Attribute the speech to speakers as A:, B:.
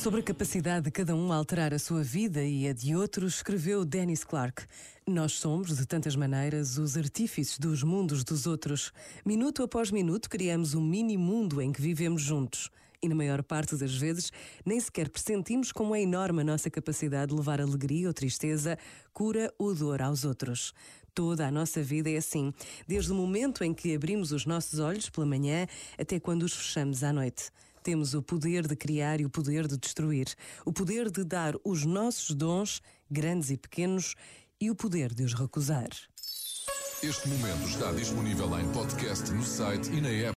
A: Sobre a capacidade de cada um alterar a sua vida e a de outros, escreveu Dennis Clark. Nós somos, de tantas maneiras, os artífices dos mundos dos outros. Minuto após minuto, criamos um mini-mundo em que vivemos juntos. E na maior parte das vezes, nem sequer pressentimos como é enorme a nossa capacidade de levar alegria ou tristeza, cura ou dor aos outros. Toda a nossa vida é assim, desde o momento em que abrimos os nossos olhos pela manhã até quando os fechamos à noite. Temos o poder de criar e o poder de destruir, o poder de dar os nossos dons, grandes e pequenos, e o poder de os recusar.
B: Este momento está disponível em podcast no site e na app.